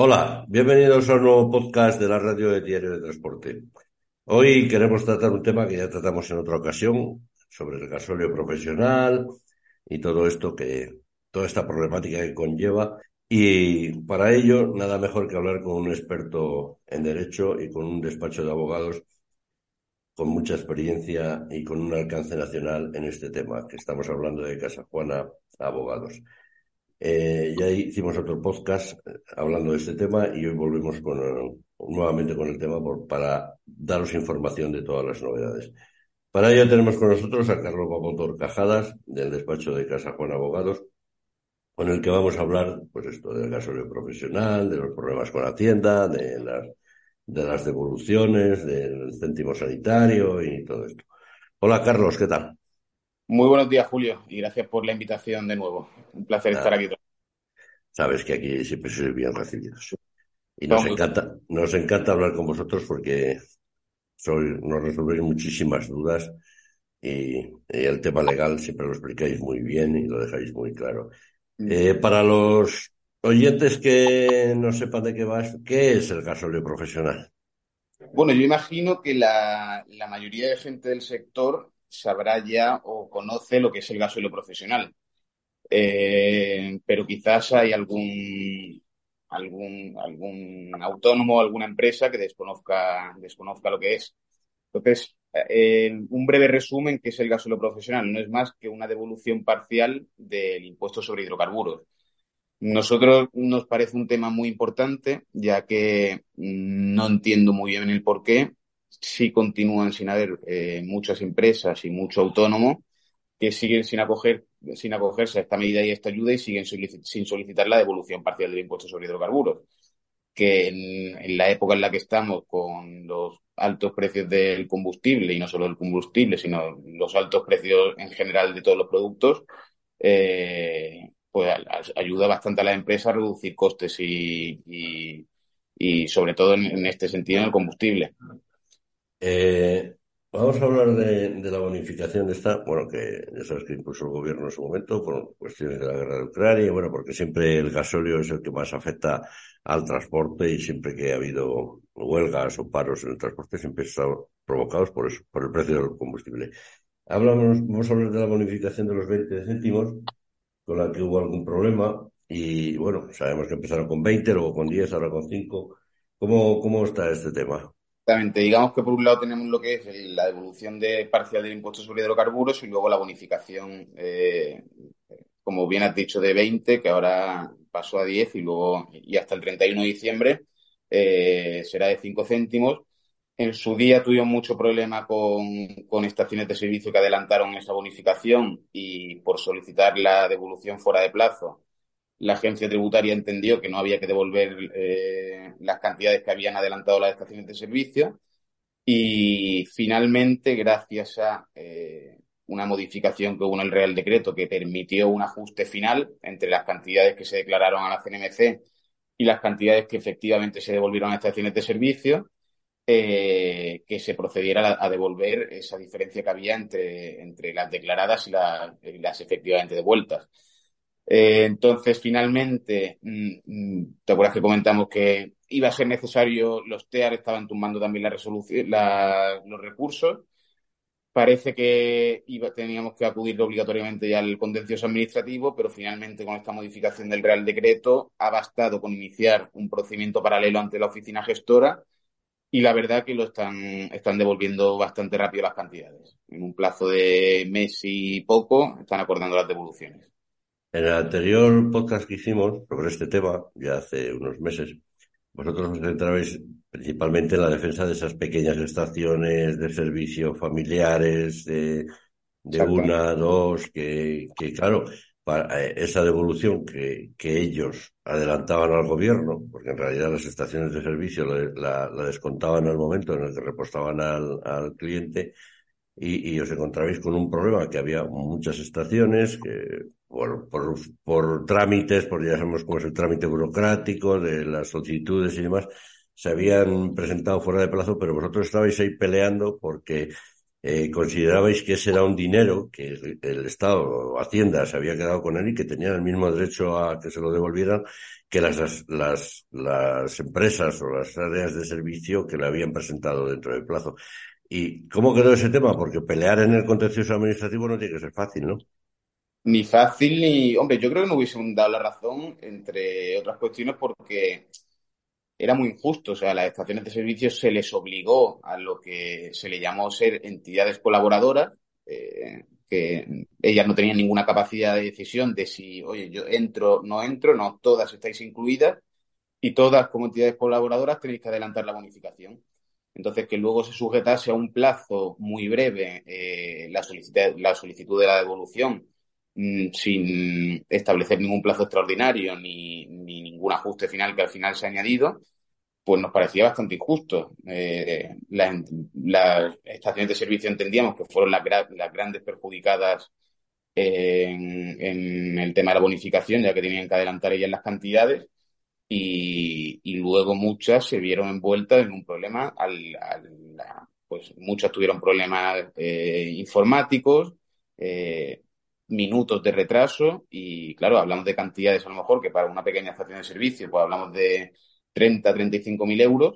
Hola, bienvenidos a un nuevo podcast de la radio de Diario de Transporte. Hoy queremos tratar un tema que ya tratamos en otra ocasión, sobre el gasóleo profesional y todo esto toda esta problemática que conlleva. Y para ello, nada mejor que hablar con un experto en derecho y con un despacho de abogados con mucha experiencia y con un alcance nacional en este tema, que estamos hablando de Casa Juana Abogados. Ya hicimos otro podcast hablando de este tema y hoy volvemos nuevamente con el tema para daros información de todas las novedades. Para ello tenemos con nosotros a Carlos Bamotor Cajadas, del despacho de Casa Juan Abogados, con el que vamos a hablar, pues esto, del gasóleo profesional, de los problemas con Hacienda, de las devoluciones, del céntimo sanitario y todo esto. Hola Carlos, ¿qué tal? Muy buenos días, Julio, y gracias por la invitación de nuevo. Un placer estar Nada, aquí. sabes que aquí siempre sois bien recibidos. Y Todo muy bien. nos encanta hablar con vosotros porque nos resolvéis muchísimas dudas y el tema legal siempre lo explicáis muy bien y lo dejáis muy claro. Para los oyentes que no sepan de qué vas, ¿qué es el gasóleo profesional? Bueno, yo imagino que la mayoría de gente del sector sabrá ya o conoce lo que es el gasóleo profesional. Pero quizás hay algún autónomo o alguna empresa que desconozca lo que es. Entonces, un breve resumen, ¿qué es el gasóleo profesional? No es más que una devolución parcial del impuesto sobre hidrocarburos. Nosotros nos parece un tema muy importante, ya que no entiendo muy bien el por qué. Sí continúan sin haber muchas empresas y mucho autónomo que siguen sin acogerse a esta medida y a esta ayuda y siguen sin solicitar la devolución parcial del impuesto sobre hidrocarburos. Que en la época en la que estamos, con los altos precios del combustible, y no solo del combustible, sino los altos precios en general de todos los productos, pues ayuda bastante a la empresa a reducir costes y sobre todo en este sentido en el combustible. Eh, Vamos a hablar de la bonificación de esta, bueno, que ya sabes que impuso el gobierno en su momento por cuestiones de la guerra de Ucrania, y bueno, porque siempre el gasóleo es el que más afecta al transporte y siempre que ha habido huelgas o paros en el transporte siempre han estado provocados por eso, por el precio del combustible. Vamos a hablar de la bonificación de los 20 céntimos, con la que hubo algún problema, y bueno, sabemos que empezaron con 20, luego con 10, ahora con 5. ¿Cómo está este tema? Exactamente. Digamos que por un lado tenemos lo que es la devolución de parcial del impuesto sobre hidrocarburos y luego la bonificación, como bien has dicho, de 20, que ahora pasó a 10 y luego y hasta el 31 de diciembre será de 5 céntimos. En su día tuvimos mucho problema con estaciones de servicio que adelantaron esa bonificación y por solicitar la devolución fuera de plazo la agencia tributaria entendió que no había que devolver las cantidades que habían adelantado las estaciones de servicio y finalmente, gracias a una modificación que hubo en el Real Decreto que permitió un ajuste final entre las cantidades que se declararon a la CNMC y las cantidades que efectivamente se devolvieron a estaciones de servicio, que se procediera a devolver esa diferencia que había entre las declaradas y las efectivamente devueltas. Entonces, finalmente, ¿te acuerdas que comentamos que iba a ser necesario, los TEAR estaban tumbando también la resolución, los recursos? Parece que teníamos que acudir obligatoriamente ya al contencioso administrativo, pero finalmente con esta modificación del Real Decreto ha bastado con iniciar un procedimiento paralelo ante la oficina gestora y la verdad que están devolviendo bastante rápido las cantidades. En un plazo de mes y poco están acordando las devoluciones. En el anterior podcast que hicimos sobre este tema, ya hace unos meses, vosotros os centrabais principalmente en la defensa de esas pequeñas estaciones de servicio familiares, de Exactamente. una, dos, que claro, esa devolución que ellos adelantaban al gobierno, porque en realidad las estaciones de servicio la descontaban al momento en el que repostaban al cliente, y os encontrabais con un problema, que había muchas estaciones que por trámites, por ya sabemos cómo es el trámite burocrático de las solicitudes y demás, se habían presentado fuera de plazo, pero vosotros estabais ahí peleando porque considerabais que ese era un dinero que el Estado o Hacienda se había quedado con él y que tenían el mismo derecho a que se lo devolvieran que las empresas o las áreas de servicio que le habían presentado dentro del plazo. ¿Y cómo quedó ese tema? Porque pelear en el contencioso administrativo no tiene que ser fácil, ¿no? Ni fácil ni... Hombre, yo creo que no hubiesen dado la razón, entre otras cuestiones, porque era muy injusto. O sea, a las estaciones de servicio se les obligó a lo que se le llamó ser entidades colaboradoras, que ellas no tenían ninguna capacidad de decisión de si, oye, yo entro, no, todas estáis incluidas y todas como entidades colaboradoras tenéis que adelantar la bonificación. Entonces, que luego se sujetase a un plazo muy breve la solicitud de la devolución sin establecer ningún plazo extraordinario ni ningún ajuste final que al final se ha añadido, pues nos parecía bastante injusto. Las estaciones de servicio entendíamos que fueron las grandes perjudicadas en el tema de la bonificación, ya que tenían que adelantar ellas las cantidades y luego muchas se vieron envueltas en un problema, pues muchas tuvieron problemas informáticos, eh, minutos de retraso y claro, hablamos de cantidades a lo mejor que para una pequeña estación de servicio, pues hablamos de 35.000 euros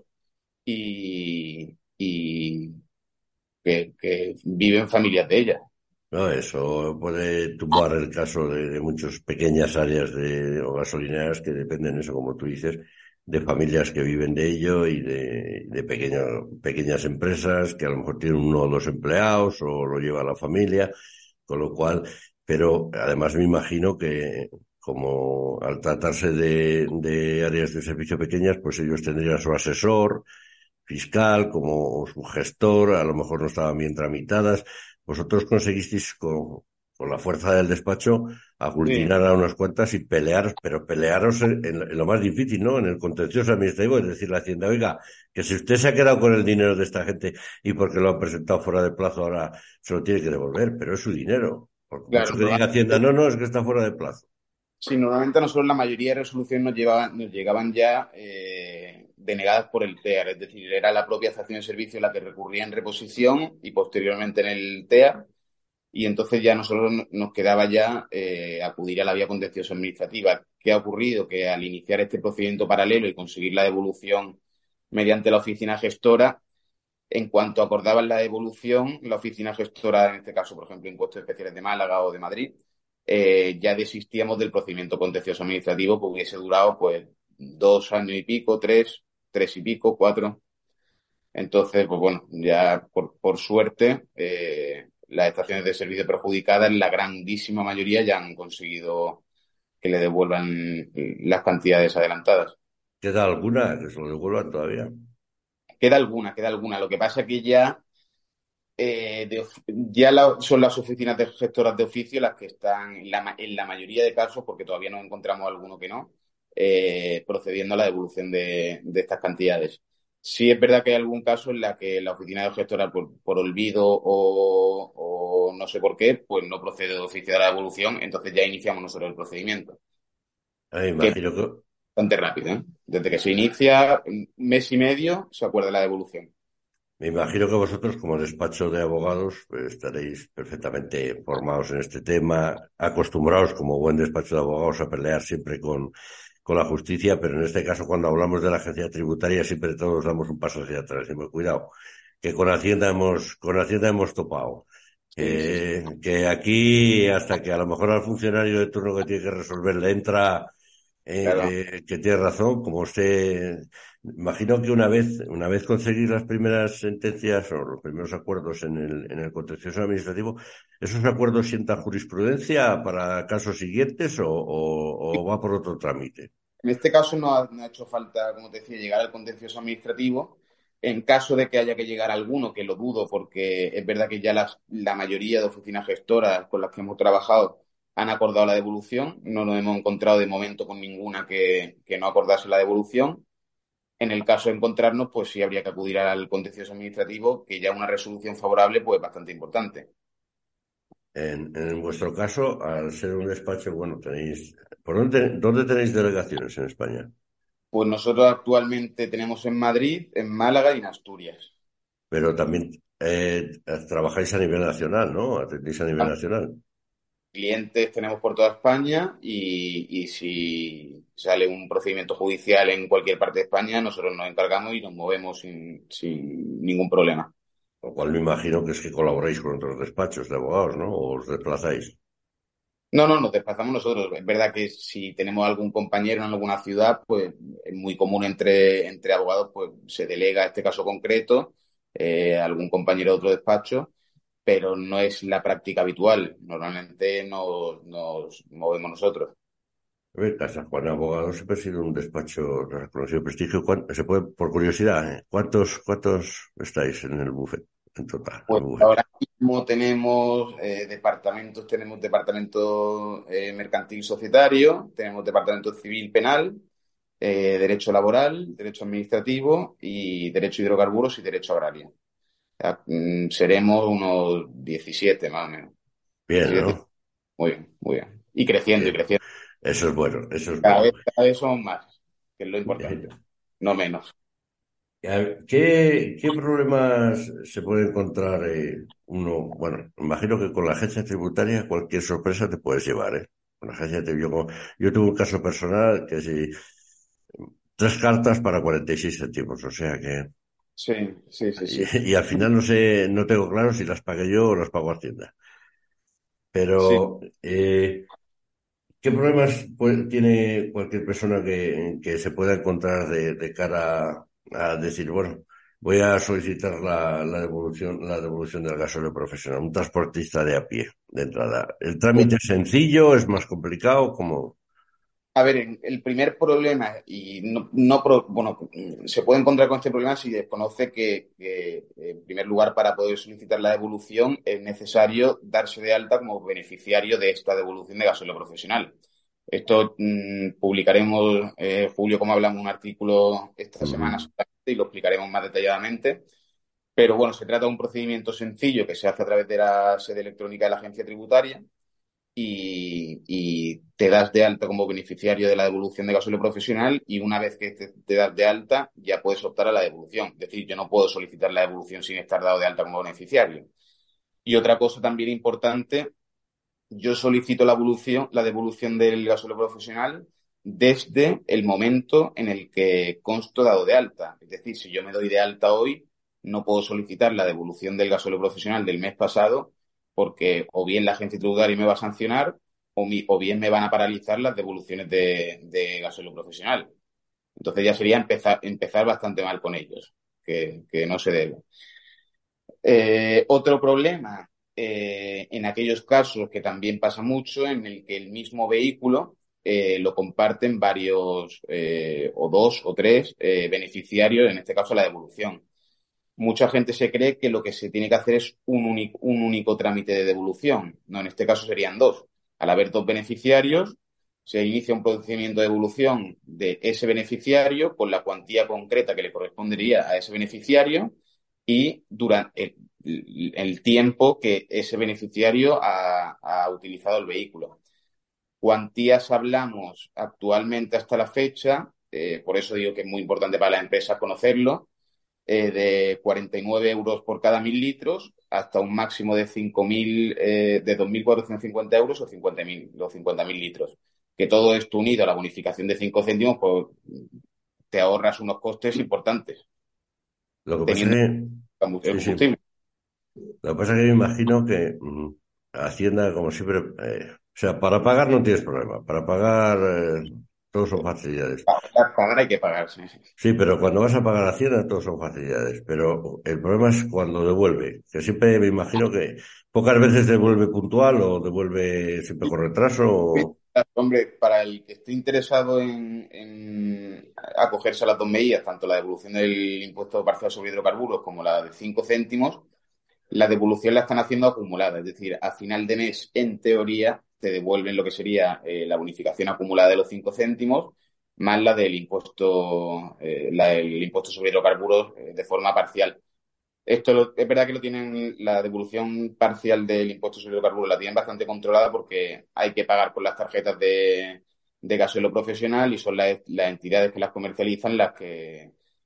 y que viven familias de ellas. No, eso puede tumbar el caso de muchas pequeñas áreas o gasolineras que dependen, eso como tú dices, de familias que viven de ello y de pequeñas empresas que a lo mejor tienen uno o dos empleados o lo lleva la familia, con lo cual, pero además me imagino que como al tratarse de áreas de servicio pequeñas, pues ellos tendrían su asesor fiscal como su gestor, a lo mejor no estaban bien tramitadas. Vosotros conseguisteis con la fuerza del despacho Sí. aglutinar a unas cuantas y pelear, pero pelearos en lo más difícil, ¿no? En el contencioso administrativo, es decir, la Hacienda, oiga, que si usted se ha quedado con el dinero de esta gente y porque lo han presentado fuera de plazo, ahora se lo tiene que devolver, pero es su dinero. Por Claro, mucho que diga Hacienda, no, no, es que está fuera de plazo. sí, normalmente a nosotros la mayoría de resoluciones nos llegaban ya denegadas por el TEAR, es decir, era la propia estación de servicio la que recurría en reposición y posteriormente en el TEAR, y entonces ya nosotros nos quedaba ya acudir a la vía contencioso administrativa. ¿Qué ha ocurrido? Que al iniciar este procedimiento paralelo y conseguir la devolución mediante la oficina gestora, en cuanto acordaban la devolución, la oficina gestora, en este caso, por ejemplo, Impuestos Especiales de Málaga o de Madrid, ya desistíamos del procedimiento contencioso administrativo que hubiese durado pues 2 años y pico, tres y pico, 4. Entonces, pues bueno, ya por suerte, las estaciones de servicio perjudicadas, la grandísima mayoría ya han conseguido que le devuelvan las cantidades adelantadas. ¿Queda alguna que se lo devuelvan todavía? Queda alguna. Lo que pasa es que ya son las oficinas de gestoras de oficio las que están, en la mayoría de casos, porque todavía no encontramos alguno que no, procediendo a la devolución de estas cantidades. Sí es verdad que hay algún caso en la que la oficina de gestora, por olvido o no sé por qué, pues no procede de oficio a la devolución, entonces ya iniciamos nosotros el procedimiento, que es Imagino que, bastante rápido, ¿eh? Desde que se inicia, un mes y medio, se acuerda la devolución. Me imagino que vosotros, como despacho de abogados, pues, estaréis perfectamente formados en este tema, acostumbrados como buen despacho de abogados a pelear siempre con la justicia, pero en este caso, cuando hablamos de la agencia tributaria, siempre todos damos un paso hacia atrás. Decimos, cuidado, que con Hacienda hemos topado. Sí, sí, sí. Que aquí, hasta que a lo mejor al funcionario de turno que tiene que resolver le entra Claro. que tiene razón, como usted, imagino que una vez conseguir las primeras sentencias o los primeros acuerdos en el contencioso administrativo, ¿esos acuerdos sientan jurisprudencia para casos siguientes o va por otro trámite? En este caso no ha hecho falta, como te decía, llegar al contencioso administrativo. En caso de que haya que llegar a alguno, que lo dudo, porque es verdad que ya la mayoría de oficinas gestoras con las que hemos trabajado han acordado la devolución. No nos hemos encontrado de momento con ninguna que no acordase la devolución. En el caso de encontrarnos, pues sí habría que acudir al contencioso administrativo, que ya una resolución favorable, pues bastante importante. En vuestro caso, al ser un despacho, bueno, ¿dónde tenéis delegaciones en España? Pues nosotros actualmente tenemos en Madrid, en Málaga y en Asturias. Pero también trabajáis a nivel nacional, ¿no? Atendéis a nivel nacional. Clientes tenemos por toda España y si sale un procedimiento judicial en cualquier parte de España, nosotros nos encargamos y nos movemos sin ningún problema. Lo cual me imagino que es que colaboráis con otros despachos de abogados, ¿no? O os desplazáis. No, no, nos desplazamos nosotros. Es verdad que si tenemos algún compañero en alguna ciudad, pues es muy común entre abogados, pues se delega este caso concreto, a algún compañero de otro despacho, pero no es la práctica habitual. Normalmente nos movemos nosotros. A ver, Casa Juan Abogado siempre ha sido un despacho de reconocido prestigio. Se puede, por curiosidad, ¿cuántos estáis en el bufete, en total, el Pues bufete? ahora mismo tenemos departamento mercantil societario, tenemos departamento civil penal, derecho laboral, derecho administrativo y derecho a hidrocarburos y derecho agrario. O sea, seremos unos 17 más o menos. Bien, 17. ¿no? Muy bien, muy bien. Y creciendo y Bien. creciendo. Eso es bueno, eso es Cada bueno. vez, cada vez somos más, que es lo importante, no menos. ¿Qué problemas se puede encontrar uno? Bueno, imagino que con la agencia tributaria cualquier sorpresa te puedes llevar, ¿eh? Con la agencia yo tuve un caso personal que sí, 3 cartas para 46 céntimos, o sea que, Sí, sí, sí, sí. y al final no sé, no tengo claro si las pagué yo o las pagó Hacienda. Sí. Pero, ¿qué problemas tiene cualquier persona que se pueda encontrar de cara a decir, bueno, voy a solicitar la devolución del gasóleo profesional, un transportista de a pie, de entrada? ¿El trámite es sencillo, es más complicado? Como A ver, el primer problema, y bueno, se puede encontrar con este problema si desconoce que, en primer lugar, para poder solicitar la devolución es necesario darse de alta como beneficiario de esta devolución de gasóleo profesional. Esto publicaremos, Julio, como hablamos, un artículo esta semana Ujú. solamente y lo explicaremos más detalladamente. Pero bueno, se trata de un procedimiento sencillo que se hace a través de la sede electrónica de la agencia tributaria y te das de alta como beneficiario de la devolución de gasóleo profesional y una vez que te das de alta ya puedes optar a la devolución. Es decir, yo no puedo solicitar la devolución sin estar dado de alta como beneficiario. Y otra cosa también importante, yo solicito la devolución del gasóleo profesional desde el momento en el que consto dado de alta. Es decir, si yo me doy de alta hoy, no puedo solicitar la devolución del gasóleo profesional del mes pasado porque o bien la agencia tributaria me va a sancionar o bien me van a paralizar las devoluciones de gasóleo profesional. Entonces ya sería empezar bastante mal con ellos, que no se debe. Otro problema, en aquellos casos que también pasa mucho, en el que el mismo vehículo lo comparten varios o dos o tres beneficiarios, en este caso la devolución. Mucha gente se cree que lo que se tiene que hacer es un único trámite de devolución. No, en este caso serían dos. Al haber dos beneficiarios, se inicia un procedimiento de devolución de ese beneficiario con la cuantía concreta que le correspondería a ese beneficiario y durante el tiempo que ese beneficiario ha utilizado el vehículo. Cuantías hablamos actualmente hasta la fecha, por eso digo que es muy importante para las empresas conocerlo, de 49 euros por cada 1.000 litros hasta un máximo de 5.000, de 2.450 euros o 50.000, los 50.000 litros. Que todo esto unido a la bonificación de 5 céntimos, pues te ahorras unos costes importantes, lo que pasa teniendo que, el sí, sí, combustible. lo que pasa es que me imagino que Hacienda, como siempre, o sea, para pagar no tienes problema, para pagar todos son facilidades. Pagar hay que pagar, sí, sí. Sí, pero cuando vas a pagar Hacienda, todo son facilidades. Pero el problema es cuando devuelve, que siempre me imagino que pocas veces devuelve puntual o devuelve siempre con retraso. Hombre, para el que esté interesado en acogerse a las dos medidas, tanto la devolución del impuesto parcial sobre hidrocarburos como la de 5 céntimos, la devolución la están haciendo acumulada. Es decir, a final de mes, en teoría, te devuelven lo que sería la bonificación acumulada de los 5 céntimos más la del impuesto sobre hidrocarburos de forma parcial. Es verdad que lo tienen, la devolución parcial del impuesto sobre hidrocarburos la tienen bastante controlada porque hay que pagar con las tarjetas de gasóleo profesional y son las entidades que las comercializan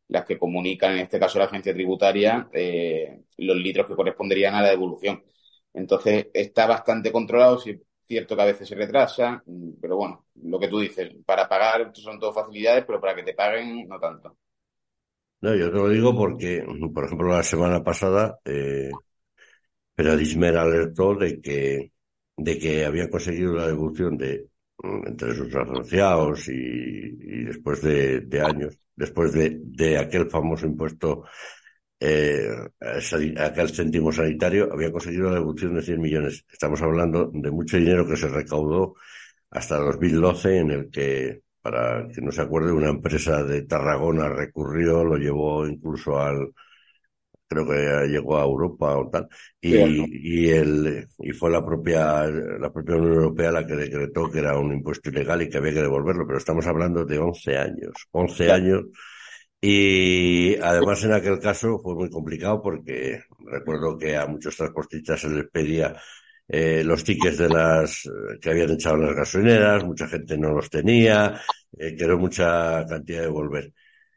las que comunican, en este caso la agencia tributaria, los litros que corresponderían a la devolución. Entonces, está bastante controlado, sí es cierto que a veces se retrasa, pero bueno, lo que tú dices, para pagar son todo facilidades, pero para que te paguen no tanto. No, yo te lo digo porque, por ejemplo, la semana pasada, pero Dismer alertó de que había conseguido la devolución entre sus asociados y después de años, después de aquel famoso impuesto, eh, aquel céntimo sanitario, había conseguido la devolución de 100 millones. Estamos hablando de mucho dinero que se recaudó hasta 2012, en el que, para que no se acuerde, una empresa de Tarragona recurrió, lo llevó incluso creo que llegó a Europa o tal, Cierto. y fue la propia Unión Europea la que decretó que era un impuesto ilegal y que había que devolverlo, pero estamos hablando de 11 años, 11 Claro. años, y además en aquel caso fue muy complicado porque recuerdo que a muchos transportistas se les pedía los tickets que habían echado en las gasolineras, mucha gente no los tenía, quedó mucha cantidad de devolver.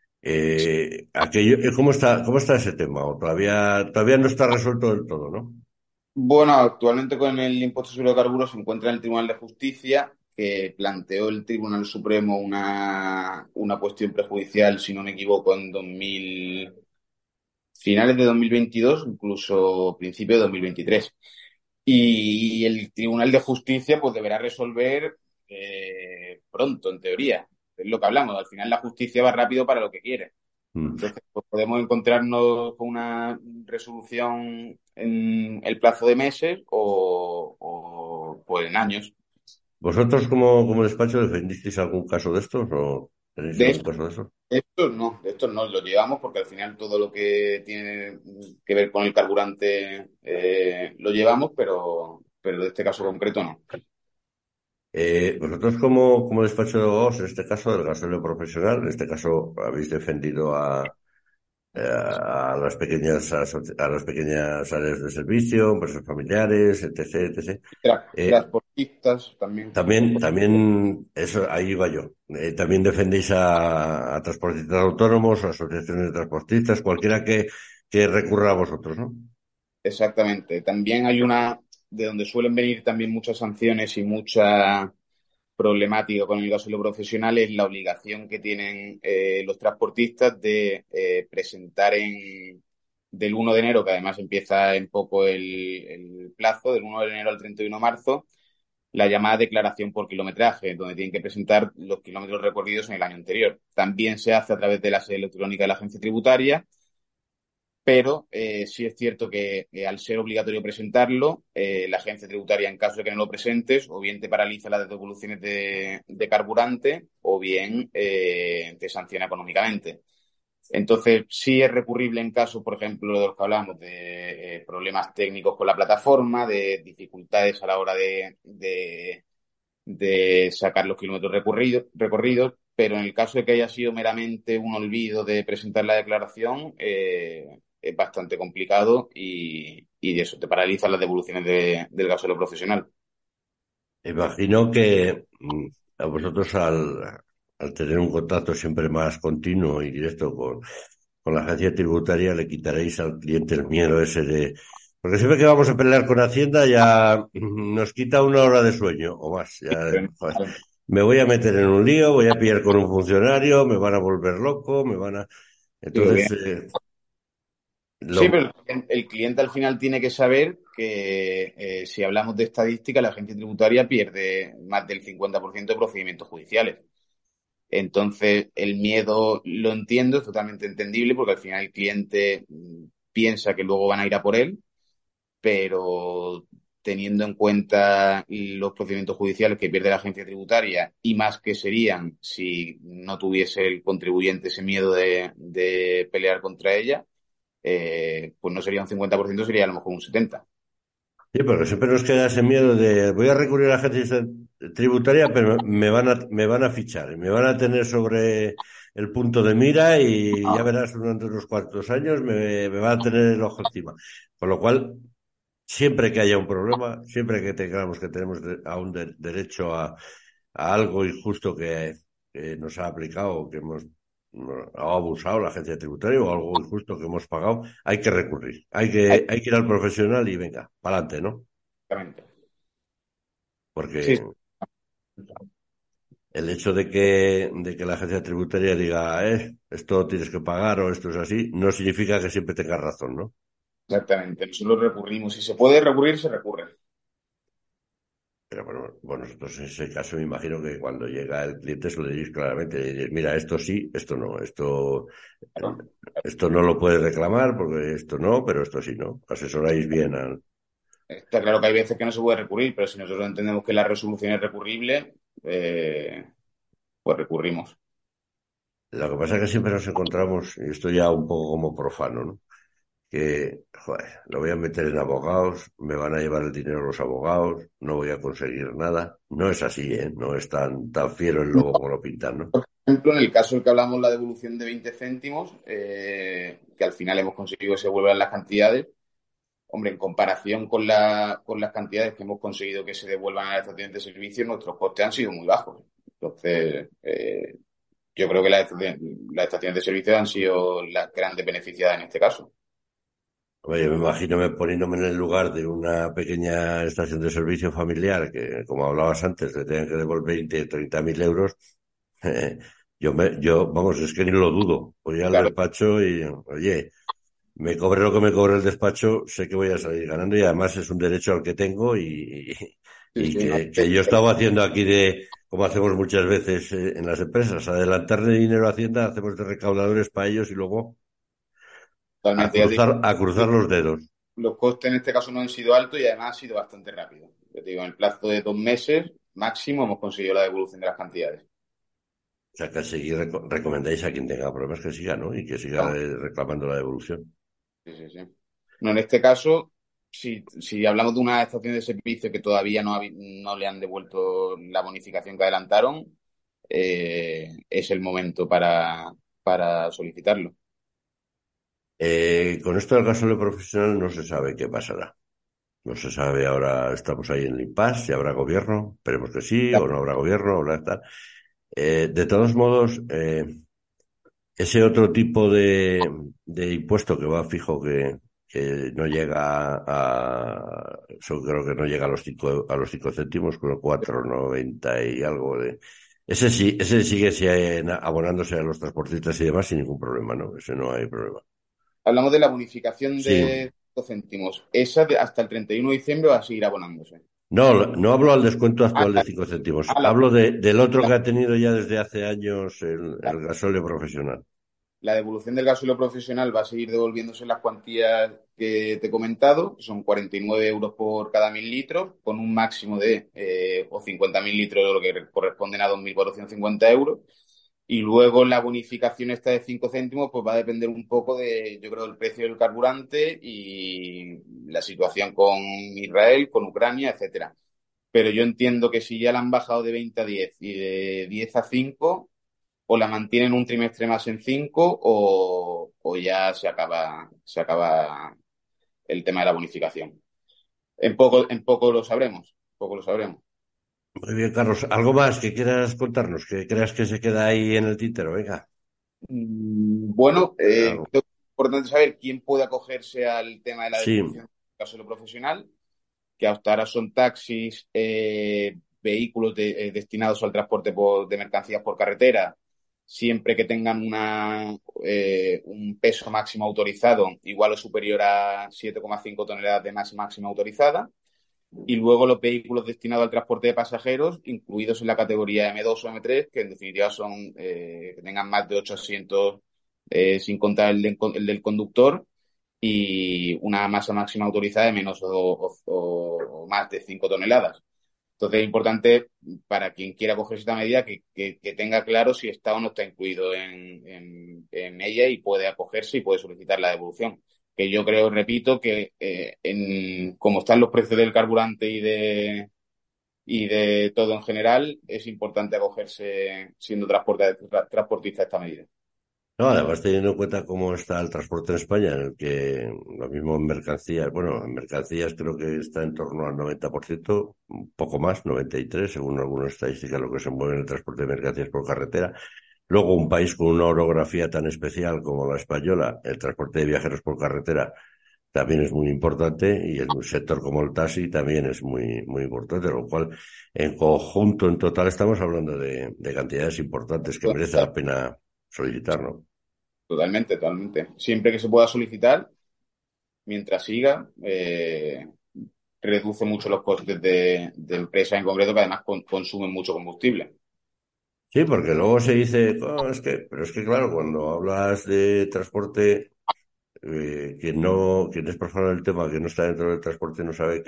¿Cómo está ese tema? ¿O todavía no está resuelto del todo, no? Bueno, actualmente con el impuesto sobre hidrocarburos se encuentra en el Tribunal de Justicia, que planteó el Tribunal Supremo una cuestión prejudicial, si no me equivoco, en 2000, finales de 2022, incluso principio de 2023. Y el Tribunal de Justicia pues deberá resolver pronto, en teoría. Es lo que hablamos. Al final la justicia va rápido para lo que quiere. Mm. Entonces, pues podemos encontrarnos con una resolución en el plazo de meses pues en años. ¿Vosotros como despacho defendisteis algún caso de estos o tenéis De algún estos, caso de esos? de estos no los llevamos porque al final todo lo que tiene que ver con el carburante lo llevamos, pero de este caso concreto no. Vosotros como despacho de abogados, en este caso del gasóleo profesional, en este caso habéis defendido a las pequeñas áreas de servicio, empresas familiares, etc., etc. Eh, Transportistas también. también, eso, ahí iba yo. También defendéis a transportistas autónomos, a asociaciones de transportistas, cualquiera que recurra a vosotros, ¿no? Exactamente. También hay una de donde suelen venir también muchas sanciones y mucha problemática con el gasóleo profesional es la obligación que tienen los transportistas de presentar del 1 de enero, que además empieza en poco el plazo, del 1 de enero al 31 de marzo, la llamada declaración por kilometraje, donde tienen que presentar los kilómetros recorridos en el año anterior. También se hace a través de la sede electrónica de la agencia tributaria, pero sí es cierto que al ser obligatorio presentarlo, la agencia tributaria, en caso de que no lo presentes, o bien te paraliza las devoluciones de carburante o bien te sanciona económicamente. Entonces, sí es recurrible en casos, por ejemplo, de los que hablamos, de problemas técnicos con la plataforma, de dificultades a la hora de sacar los kilómetros recorridos, pero en el caso de que haya sido meramente un olvido de presentar la declaración, es bastante complicado y eso, te paraliza las devoluciones del gasóleo profesional. Imagino que a vosotros al tener un contacto siempre más continuo y directo con la agencia tributaria le quitaréis al cliente el miedo ese de... Porque siempre que vamos a pelear con Hacienda ya nos quita una hora de sueño o más. Ya, joder, me voy a meter en un lío, voy a pillar con un funcionario, me van a volver loco, me van a... Sí, Entonces, sí, lo... pero el cliente al final tiene que saber que si hablamos de estadística, la agencia tributaria pierde más del 50% de procedimientos judiciales. Entonces, el miedo lo entiendo, es totalmente entendible, porque al final el cliente piensa que luego van a ir a por él, pero teniendo en cuenta los procedimientos judiciales que pierde la agencia tributaria y más que serían si no tuviese el contribuyente ese miedo de pelear contra ella, pues no sería un 50%, sería a lo mejor un 70%. Sí, porque siempre nos queda ese miedo de voy a recurrir a la agencia tributaria, pero me van a fichar, me van a tener sobre el punto de mira y ya verás durante unos cuantos años me va a tener el ojo encima. Con lo cual, siempre que haya un problema, siempre que tengamos que tenemos aún derecho a algo injusto que nos ha aplicado o que hemos ha abusado la agencia tributaria o algo injusto que hemos pagado, hay que recurrir. Hay que ir al profesional y venga, para adelante, ¿no? Exactamente. Sí, Porque el hecho de que la agencia tributaria diga, esto tienes que pagar o esto es así, no significa que siempre tengas razón, ¿no? exactamente. Nosotros recurrimos. Si se puede recurrir, se recurre. Pero bueno, nosotros en ese caso me imagino que cuando llega el cliente se lo diréis claramente, le diréis, mira, esto sí, esto no, Claro. esto no lo puedes reclamar porque esto no, pero esto sí, ¿no? Asesoráis bien al... Está claro que hay veces que no se puede recurrir, pero si nosotros entendemos que la resolución es recurrible, pues recurrimos. Lo que pasa es que siempre nos encontramos, y esto ya un poco como profano, ¿no? Que, joder, lo voy a meter en abogados, me van a llevar el dinero los abogados, no voy a conseguir nada. No es así, ¿eh? No es tan fiero el lobo como lo pintan, ¿no? Por ejemplo, en el caso del que hablamos, la devolución de 20 céntimos, que al final hemos conseguido que se vuelvan las cantidades, hombre, en comparación con las cantidades que hemos conseguido que se devuelvan a las estaciones de servicio, nuestros costes han sido muy bajos. Entonces, yo creo que las estaciones de servicio han sido las grandes beneficiadas en este caso. Oye, me imagino poniéndome en el lugar de una pequeña estación de servicio familiar que, como hablabas antes, le tengan que devolver 20, 30.000 euros. Vamos, es que ni lo dudo. Voy al Claro, despacho y, oye, me cobre lo que me cobre el despacho, sé que voy a salir ganando y además es un derecho al que tengo sí, y sí, no, que yo estaba haciendo aquí como hacemos muchas veces en las empresas, adelantarle dinero a Hacienda, hacemos de recaudadores para ellos y luego totalmente. Ya te a cruzar los dedos. los costes en este caso no han sido altos y además ha sido bastante rápido. Yo te digo, en el plazo de 2 meses máximo hemos conseguido la devolución de las cantidades. O sea, que seguir recomendáis a quien tenga problemas que siga, ¿no? Y que siga Vamos, reclamando la devolución. sí, sí, sí. No, en este caso, si hablamos de una estación de servicio que todavía no le han devuelto la bonificación que adelantaron, es el momento para solicitarlo. Con esto del gasóleo profesional no se sabe qué pasará. No se sabe ahora, estamos ahí en el impasse, si habrá gobierno, esperemos que sí, o no habrá gobierno, habrá tal. De todos modos, ese otro tipo de impuesto que va fijo que no llega eso creo que no llega a los 5 céntimos, con 4,90 y algo de, ese sigue abonándose a los transportistas y demás sin ningún problema, ¿no? Ese no hay problema. Hablamos de la bonificación Sí. de 5 céntimos. Esa hasta el 31 de diciembre va a seguir abonándose. No, no hablo al descuento Ah, actual de 5 céntimos. la, Hablo del otro la- que ha tenido ya desde hace años el gasóleo profesional. La devolución del gasóleo profesional va a seguir devolviéndose las cuantías que te he comentado, que son 49 euros por cada 1.000 litros, con un máximo de o 50.000 litros, lo que corresponden a 2.450 euros. Y luego la bonificación esta de 5 céntimos, pues va a depender un poco de, yo creo, del precio del carburante y la situación con Israel, con Ucrania, etcétera. Pero yo entiendo que si ya la han bajado de 20 a 10 y de 10 a 5 o la mantienen un trimestre más en 5 o ya se acaba el tema de la bonificación. En poco lo sabremos, poco lo sabremos. Muy bien, Carlos. ¿Algo más que quieras contarnos? Que creas que se queda ahí en el tintero. Venga. Bueno, Algo. creo que es importante saber quién puede acogerse al tema de la Sí. devolución del caso profesional, que hasta ahora son taxis, vehículos destinados al transporte de mercancías por carretera, siempre que tengan un peso máximo autorizado igual o superior a 7,5 toneladas de masa máxima autorizada. Y luego los vehículos destinados al transporte de pasajeros, incluidos en la categoría M2 o M3, que en definitiva son que tengan más de 8 asientos, sin contar el del conductor, y una masa máxima autorizada de menos o más de 5 toneladas. Entonces es importante para quien quiera coger esta medida que tenga claro si está o no está incluido en ella y puede acogerse y puede solicitar la devolución. Que yo creo, repito, que como están los precios del carburante y de todo en general, es importante acogerse siendo transportista a esta medida. No, además teniendo en cuenta cómo está el transporte en España, en el que lo mismo en mercancías, bueno, en mercancías creo que está en torno al 90%, un poco más, 93%, según algunas estadísticas, lo que se mueve en el transporte de mercancías por carretera. Luego, un país con una orografía tan especial como la española, el transporte de viajeros por carretera también es muy importante y en un sector como el taxi también es muy, muy importante, lo cual en conjunto, en total, estamos hablando de cantidades importantes que merece la pena solicitar, ¿no? Totalmente, totalmente. Siempre que se pueda solicitar, mientras siga, reduce mucho los costes de empresas en concreto que además consumen mucho combustible. Sí, porque luego se dice, "Oh, pero es que claro, cuando hablas de transporte, quien es profano del tema, que no está dentro del transporte, no sabe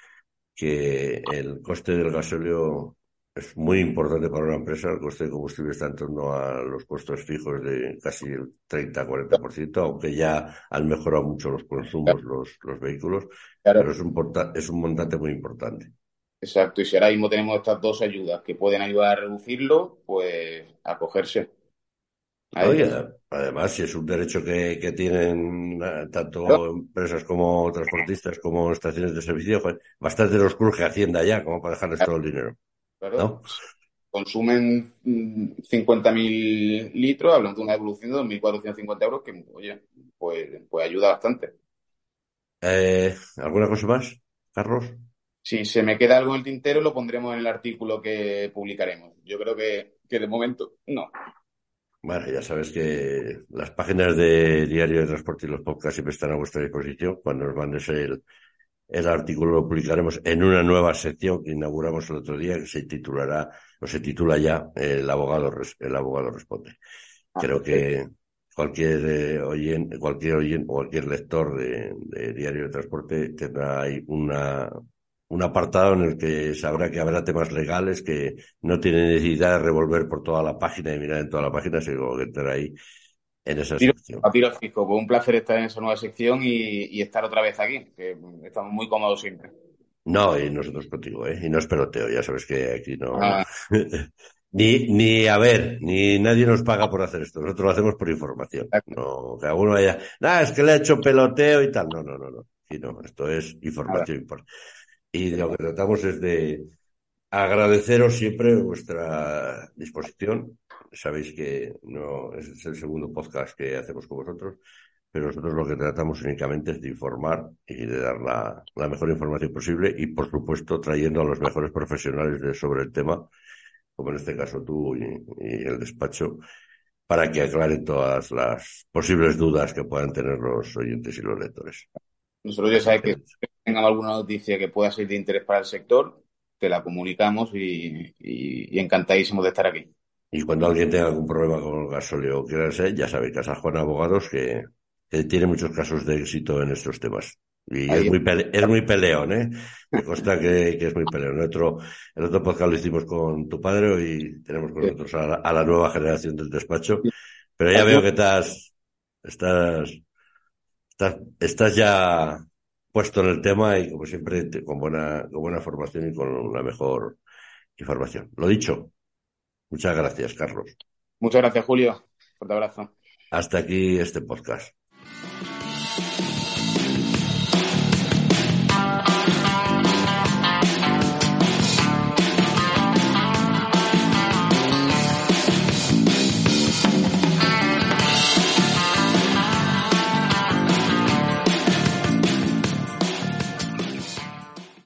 que el coste del gasóleo es muy importante para una empresa. El coste de combustible está en torno a los costos fijos de casi el 30-40%, aunque ya han mejorado mucho los consumos los vehículos, pero Claro, es un montante muy importante. exacto. Y si ahora mismo tenemos estas dos ayudas que pueden ayudar a reducirlo, pues acogerse a Oye, ello. además, si es un derecho que tienen Claro, tanto empresas como transportistas como estaciones de servicio, joder, bastante nos cruje Hacienda ya, como para dejarles todo el dinero, claro. ¿no? Consumen 50.000 litros, hablamos de una devolución de 2.450 euros que, oye, pues ayuda bastante. ¿Alguna cosa más, Carlos? Si se me queda algo en el tintero, lo pondremos en el artículo que publicaremos. Yo creo que de momento no. Bueno, ya sabes que las páginas de Diario de Transporte y los podcasts siempre están a vuestra disposición. Cuando nos mandes el artículo lo publicaremos en una nueva sección que inauguramos el otro día que se titulará o se titula ya el abogado responde. Ah, Creo perfecto. que cualquier oyente, cualquier lector de Diario de Transporte tendrá ahí un apartado en el que sabrá que habrá temas legales que no tiene necesidad de revolver por toda la página y mirar en toda la página, sino que tendrá ahí en esa Tiro, sección. a tiro fijo. Pues un placer estar en esa nueva sección y estar otra vez aquí, que estamos muy cómodos siempre. No, y nosotros contigo, ¿eh? Y no es peloteo, ya sabes que aquí no. Ah, Ni a ver, ni nadie nos paga por hacer esto. Nosotros lo hacemos por información. No, que alguno vaya, es que le ha hecho peloteo y tal. No, no, no, no. Sí, no, esto es nada. información. Y lo que tratamos es de agradeceros siempre vuestra disposición. Sabéis que no es el segundo podcast que hacemos con vosotros, pero nosotros lo que tratamos únicamente es de informar y de dar la mejor información posible y, por supuesto, trayendo a los mejores profesionales sobre el tema, como en este caso tú y el despacho, para que aclaren todas las posibles dudas que puedan tener los oyentes y los lectores. Nosotros ya Así sabes que, que si tengamos alguna noticia que pueda ser de interés para el sector, te la comunicamos y encantadísimos de estar aquí. y cuando alguien tenga algún problema con el gasóleo o quiera ser, ya sabe, Casa Juan Abogados, que tiene muchos casos de éxito en estos temas. Y Ahí, es muy peleón, ¿eh? Me consta que es muy peleón. El otro podcast lo hicimos con tu padre y tenemos con nosotros a la nueva generación del despacho. Pero ya aquí veo que estás, estás ya puesto en el tema y como siempre con buena formación y con la mejor información. Lo dicho, muchas gracias, Carlos. muchas gracias, Julio. Fuerte abrazo. Hasta aquí este podcast.